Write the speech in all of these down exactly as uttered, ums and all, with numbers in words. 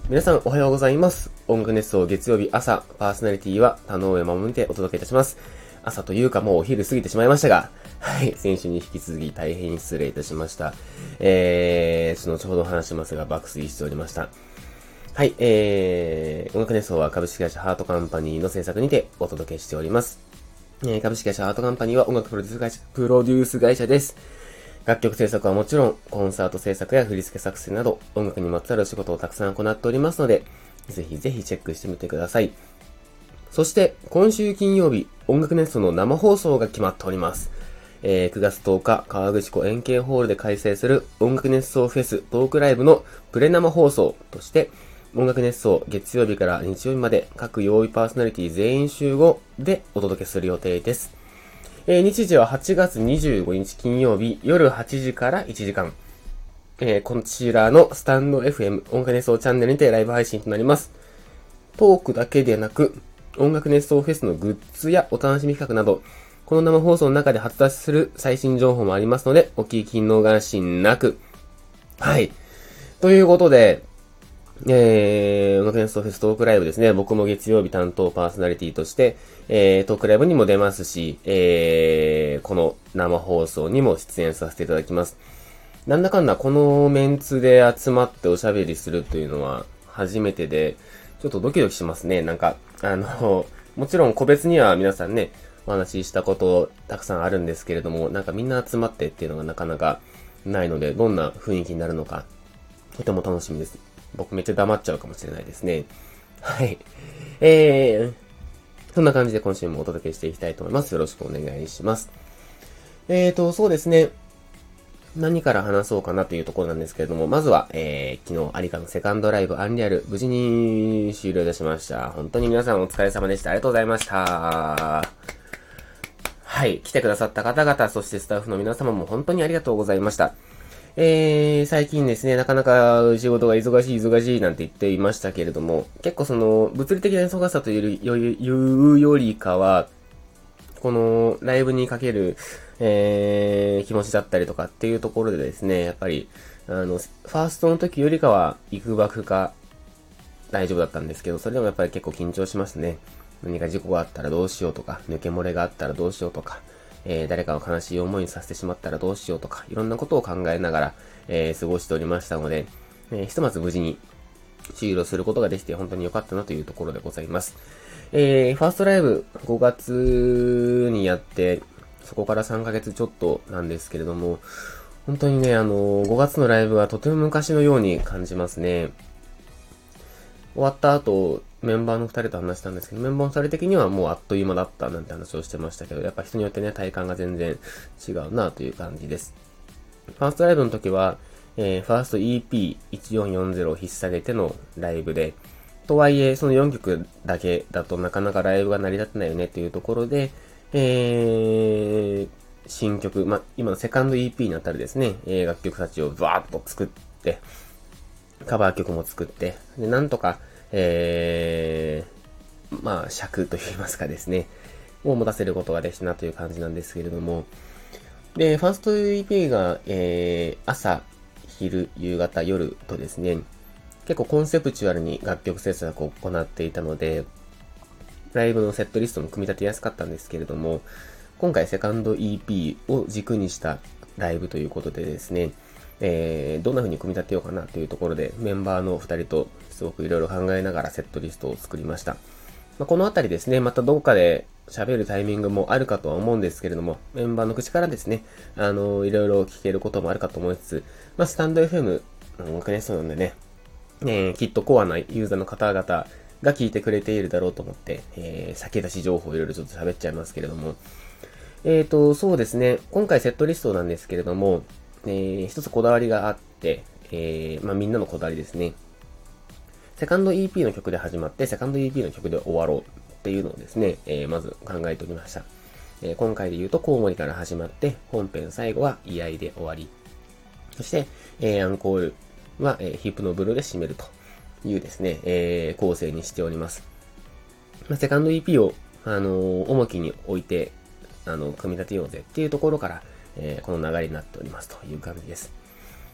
皆さんおはようございます。音楽熱奏月曜日朝、パーソナリティは田上守にてお届けいたします。朝というかもうお昼過ぎてしまいましたが、はい、先週に引き続き大変失礼いたしました。えー、後ほど話しますが爆睡しておりました。はい、えー、音楽熱奏は株式会社ハートカンパニーの制作にてお届けしております。えー、株式会社ハートカンパニーは音楽プロデュース会社、プロデュース会社です。楽曲制作はもちろん、コンサート制作や振付作成など、音楽にまつわる仕事をたくさん行っておりますので、ぜひぜひチェックしてみてください。そして、今週金曜日、音楽熱奏の生放送が決まっております。えー、くがつとおか、河口湖円形ホールで開催する音楽熱奏フェストークライブのプレ生放送として、音楽熱奏月曜日から日曜日まで各曜日パーソナリティ全員集合でお届けする予定です。えー、日時ははちがつにじゅうごにち金曜日夜はちじからいちじかん。えー、こちらのスタンド エフエム 音楽熱奏チャンネルにてライブ配信となります。トークだけでなく、音楽熱奏フェスのグッズやお楽しみ企画など、この生放送の中で発達する最新情報もありますので、お聞き逃しなく。はい。ということで、えー、音楽熱奏フェストークライブですね。僕も月曜日担当パーソナリティとして、えー、トークライブにも出ますし、えー、この生放送にも出演させていただきます。なんだかんだこのメンツで集まっておしゃべりするというのは初めてで、ちょっとドキドキしますね。なんか、あの、もちろん個別には皆さんね、お話ししたことたくさんあるんですけれども、なんかみんな集まってっていうのがなかなかないので、どんな雰囲気になるのか、とても楽しみです。僕めっちゃ黙っちゃうかもしれないですね。はい。えー、そんな感じで今週もお届けしていきたいと思います。よろしくお願いします。えーと、そうですね。何から話そうかなというところなんですけれども、まずは、えー、昨日、アリカのセカンドライブアンリアル、無事に終了いたしました。本当に皆さんお疲れ様でした。ありがとうございました。はい。来てくださった方々、そしてスタッフの皆様も本当にありがとうございました。えー、最近ですね、なかなか仕事が忙しい忙しいなんて言っていましたけれども、結構その、物理的な忙しさというより、いうよりかは、この、ライブにかける、えー、気持ちだったりとかっていうところでですね、やっぱり、あの、ファーストの時よりかは、いくばくか、大丈夫だったんですけど、それでもやっぱり結構緊張しましたね。何か事故があったらどうしようとか、抜け漏れがあったらどうしようとか、えー、誰かを悲しい思いにさせてしまったらどうしようとか、いろんなことを考えながら、えー、過ごしておりましたので、えー、ひとまず無事に終了することができて本当に良かったなというところでございます。えー、ファーストライブごがつにやって、そこからさんかげつちょっとなんですけれども、本当にね、あのー、ごがつのライブはとても昔のように感じますね。終わった後、メンバーのふたりと話したんですけど、メンバーのふたり的にはもうあっという間だったなんて話をしてましたけど、やっぱ人によってね、体感が全然違うなという感じです。ファーストライブの時は、えー、ファースト イーピーいちよんよんゼロ を引っ提げてのライブで、とはいえ、そのよんきょくだけだとなかなかライブが成り立ってないよねっていうところで、えー、新曲、ま、今のセカンド イーピー にあたるですね、えー、楽曲たちをバーッと作って、カバー曲も作って、で、なんとか、えー、まあ、尺と言いますかですね、を持たせることができたなという感じなんですけれども、で、ファースト イーピー が、えー、朝、昼、夕方、夜とですね、結構コンセプチュアルに楽曲制作を行っていたので、ライブのセットリストも組み立てやすかったんですけれども、今回セカンド イーピー を軸にしたライブということでですね、えー、どんな風に組み立てようかなというところで、メンバーのふたりとすごくいろいろ考えながらセットリストを作りました。まあ、このあたりですね、またどこかで喋るタイミングもあるかとは思うんですけれども、メンバーの口からですね、あのー、いろいろ聞けることもあるかと思いつつ、まあ、スタンド エフエム の音楽ネストなんでね、えー、きっとコアなユーザーの方々が聞いてくれているだろうと思って、えー、先出し情報をいろいろちょっと喋っちゃいますけれども、えーと、そうですね、今回セットリストなんですけれども、えー、一つこだわりがあって、えー、まあみんなのこだわりですね。セカンド イーピー の曲で始まって、セカンド イーピー の曲で終わろうっていうのをですね、えー、まず考えておりました。えー、今回で言うとコウモリから始まって、本編最後は居合で終わり。そして、えー、アンコールは、えー、ヒップノブルーで締めるというですね、えー、構成にしております。まあ、セカンド イーピー を、あのー、重きに置いて、あの、組み立てようぜっていうところから、えー、この流れになっておりますという感じです。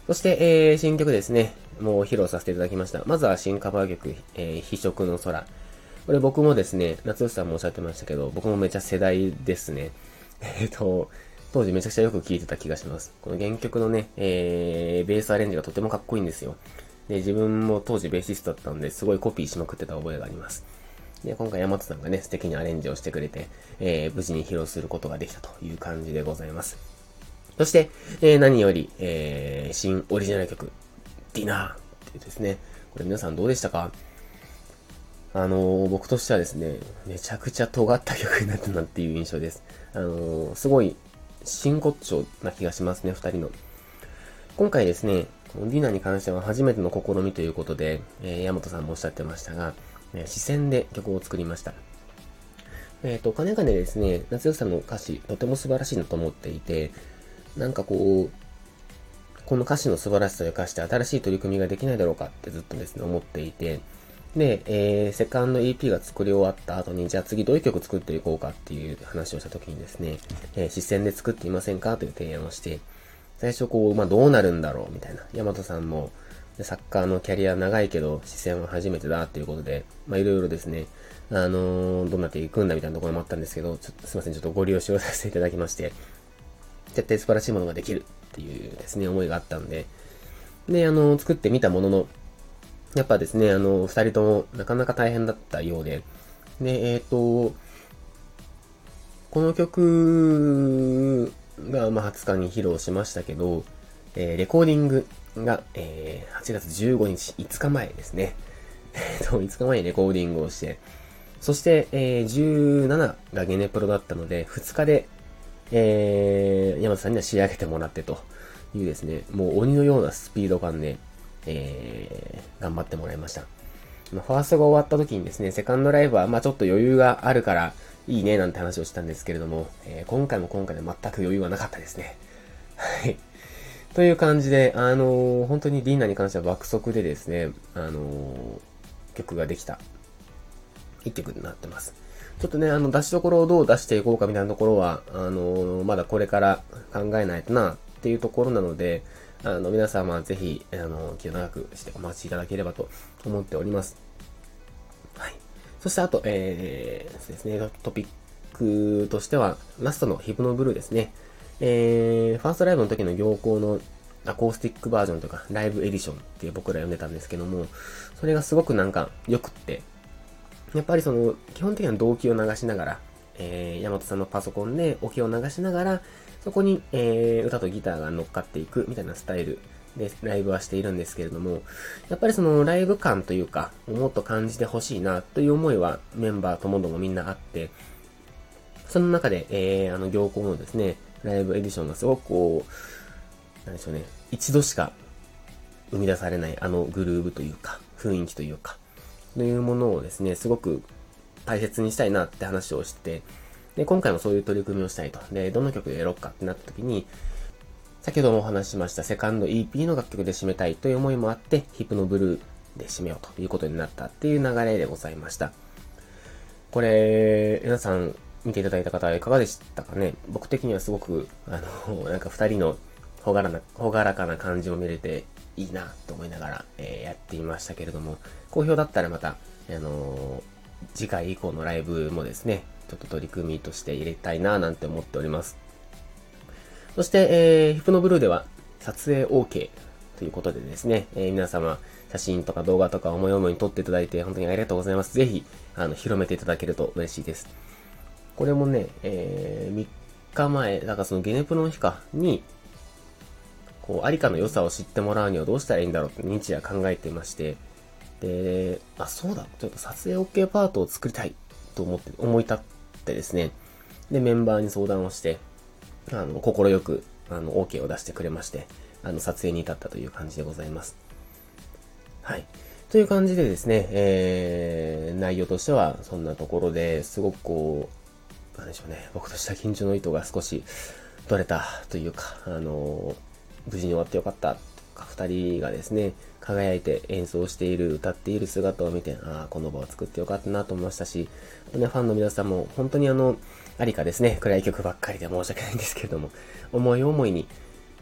そして、えー、新曲ですね。もう披露させていただきました。まずは新カバー曲、えー、非色の空。これ僕もですね、夏吉さんもおっしゃってましたけど、僕もめちゃ世代ですね。えっと、当時めちゃくちゃよく聴いてた気がします。この原曲のね、えー、ベースアレンジがとてもかっこいいんですよ。で、自分も当時ベーシストだったんで、すごいコピーしまくってた覚えがあります。で、今回山本さんがね、素敵にアレンジをしてくれて、えー、無事に披露することができたという感じでございます。そして、えー、何より、えー、新オリジナル曲、ディナーっていうですね、これ皆さんどうでしたか？あのー、僕としてはですね、めちゃくちゃ尖った曲になったなっていう印象です。あのー、すごい真骨頂な気がしますね、二人の。今回ですね、ディナーに関しては初めての試みということで、えー、山本さんもおっしゃってましたが、えー、視線で曲を作りました。えっ、ー、と、かねがねですね、夏吉さんの歌詞、とても素晴らしいなと思っていて、なんかこう、この歌詞の素晴らしさを生かして新しい取り組みができないだろうかってずっとですね、思っていて、で、えー、セカンド イーピー が作り終わった後に、じゃあ次どういう曲作っていこうかっていう話をした時にですね、えー、視線で作っていませんかという提案をして、最初こう、まあ、どうなるんだろうみたいな。大和さんも、サッカーのキャリア長いけど、視線は初めてだっていうことで、まあ、いろいろですね、あのー、どうなっていくんだみたいなところもあったんですけど、ちょっとすいません、ちょっとご利用しをさせていただきまして、絶対素晴らしいものができるっていうですね、思いがあったんで、で、あのー、作ってみたものの、やっぱですね、あのー、二人ともなかなか大変だったようで、で、えっ、ー、と、この曲が、まあ、はつかに披露しましたけど、えー、レコーディングが、えー、はちがつじゅうごにち、いつかまえですね。えっと、いつかまえにレコーディングをして、そして、えー、じゅうしちがゲネプロだったので、ふつかで、えー、山田さんには仕上げてもらってというですね、もう鬼のようなスピード感で、えー、頑張ってもらいました。ファーストが終わった時にですね、セカンドライブは、まあちょっと余裕があるから、いいねなんて話をしたんですけれども、えー、今回も今回で全く余裕はなかったですね。はい。という感じで、あのー、本当にディーナに関しては爆速でですね、あのー、曲ができた一曲になってます。ちょっとね、あの、出しどころをどう出していこうかみたいなところは、あのー、まだこれから考えないとなっていうところなので、あの、皆様ぜひ、あの、気を長くしてお待ちいただければと思っております。はい。そしてあと、えー、そうですね、トピックとしては、ラストのヒプノブルーですね。えー、ファーストライブの時の行幸のアコースティックバージョンとか、ライブエディションっていう僕ら呼んでたんですけども、それがすごくなんか良くって、やっぱりその、基本的には動機を流しながら、えー、山本さんのパソコンでオケを流しながら、そこに、えー、歌とギターが乗っかっていくみたいなスタイルでライブはしているんですけれども、やっぱりそのライブ感というか、もっと感じてほしいなという思いはメンバーともどもみんなあって、その中で、えー、あの行幸のですね、ライブエディションがすごくこう、なんでしょうね、一度しか生み出されないあのグルーヴというか、雰囲気というか、というものをですね、すごく大切にしたいなって話をして、で、今回もそういう取り組みをしたいと。で、どの曲でやろうかってなった時に、先ほどもお話ししましたセカンド イーピー の楽曲で締めたいという思いもあって、ヒプノブルーで締めようということになったっていう流れでございました。これ、皆さん見ていただいた方はいかがでしたかね？僕的にはすごく、あの、なんか二人のほがらな、ほがらかな感じを見れていいなと思いながら、えー、やっていましたけれども、好評だったらまた、あのー、次回以降のライブもですね、ちょっと取り組みとして入れたいななんて思っております。そして、えー、ヒプノブルーでは撮影 OK ということでですね、えー、皆様写真とか動画とか思い思いに撮っていただいて本当にありがとうございます。ぜひ、あの、広めていただけると嬉しいです。これもね、えー、みっかまえ、だからそのゲネプロの日かに、こう、アリカの良さを知ってもらうにはどうしたらいいんだろうって日夜考えていまして、で、あ、そうだ、ちょっと撮影 OK パートを作りたいと思って、思い立ってですね、で、メンバーに相談をして、あの、心よく、あの、OK を出してくれまして、あの、撮影に至ったという感じでございます。はい。という感じでですね、えー、内容としてはそんなところですごくこう、なんでしょうね、僕とした緊張の糸が少し取れたというか、あの、無事に終わってよかったとか、二人がですね、輝いて演奏している、歌っている姿を見て、ああ、この場を作ってよかったなと思いましたし、あとね、ファンの皆さんも本当にあの、ありかですね、暗い曲ばっかりで申し訳ないんですけれども、思い思いに、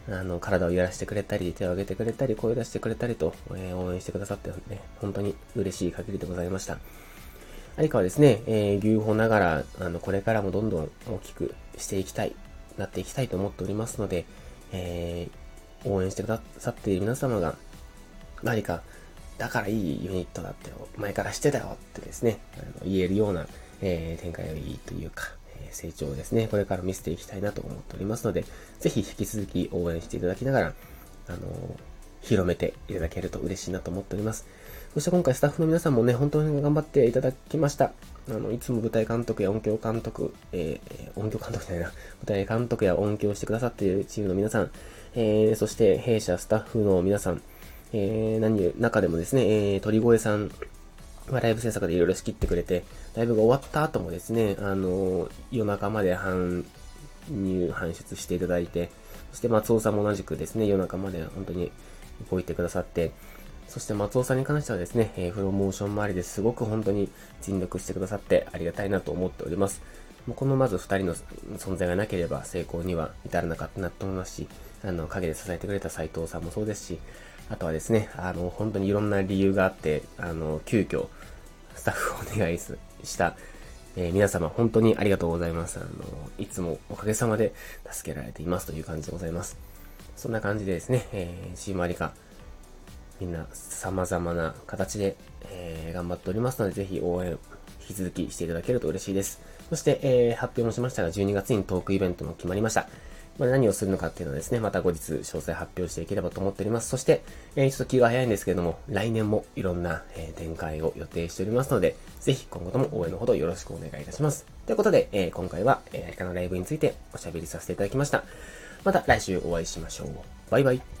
あの、体を揺らしてくれたり、手を挙げてくれたり、声を出してくれたりと、えー、応援してくださってね、本当に嬉しい限りでございました。有川はですね、えー、牛歩ながら、あの、これからもどんどん大きくしていきたい、なっていきたいと思っておりますので、えー、応援してくださっている皆様が、何か、だからいいユニットだって前からしてたよってですね、あの言えるような、えー、展開がいいというか、えー、成長をですね、これから見せていきたいなと思っておりますので、ぜひ引き続き応援していただきながら、あのー、広めていただけると嬉しいなと思っております。そして今回スタッフの皆さんもね、本当に頑張っていただきました。あの、いつも舞台監督や音響監督、えー、音響監督じゃないな、舞台監督や音響をしてくださっているチームの皆さん、えー、そして弊社スタッフの皆さん、えー、何、中でもですね、えー、鳥越さんはライブ制作でいろいろ仕切ってくれて、ライブが終わった後もですね、あのー、夜中まで搬入、搬出していただいて、そして松尾さんも同じくですね、夜中まで本当に動いてくださって、そして松尾さんに関してはですね、えー、プロモーション周りですごく本当に尽力してくださってありがたいなと思っております。もうこのまず二人の存在がなければ成功には至らなかったなと思いますし、あの、陰で支えてくれた斉藤さんもそうですし、あとはですね、あの、本当にいろんな理由があって、あの、急遽、スタッフをお願いした、えー、皆様本当にありがとうございます。あの、いつもおかげさまで助けられていますという感じでございます。そんな感じでですね、えー、チームアリカ、みんな様々な形で、えー、頑張っておりますので、ぜひ応援、引き続きしていただけると嬉しいです。そして、えー、発表もしましたが、じゅうにがつにトークイベントも決まりました。まあ、何をするのかっていうのはですね、また後日詳細発表していければと思っております。そして、えー、ちょっと気が早いんですけれども、来年もいろんな、えー、展開を予定しておりますので、ぜひ今後とも応援のほどよろしくお願いいたします。ということで、えー、今回は、えー、アリカのライブについておしゃべりさせていただきました。また来週お会いしましょう。バイバイ。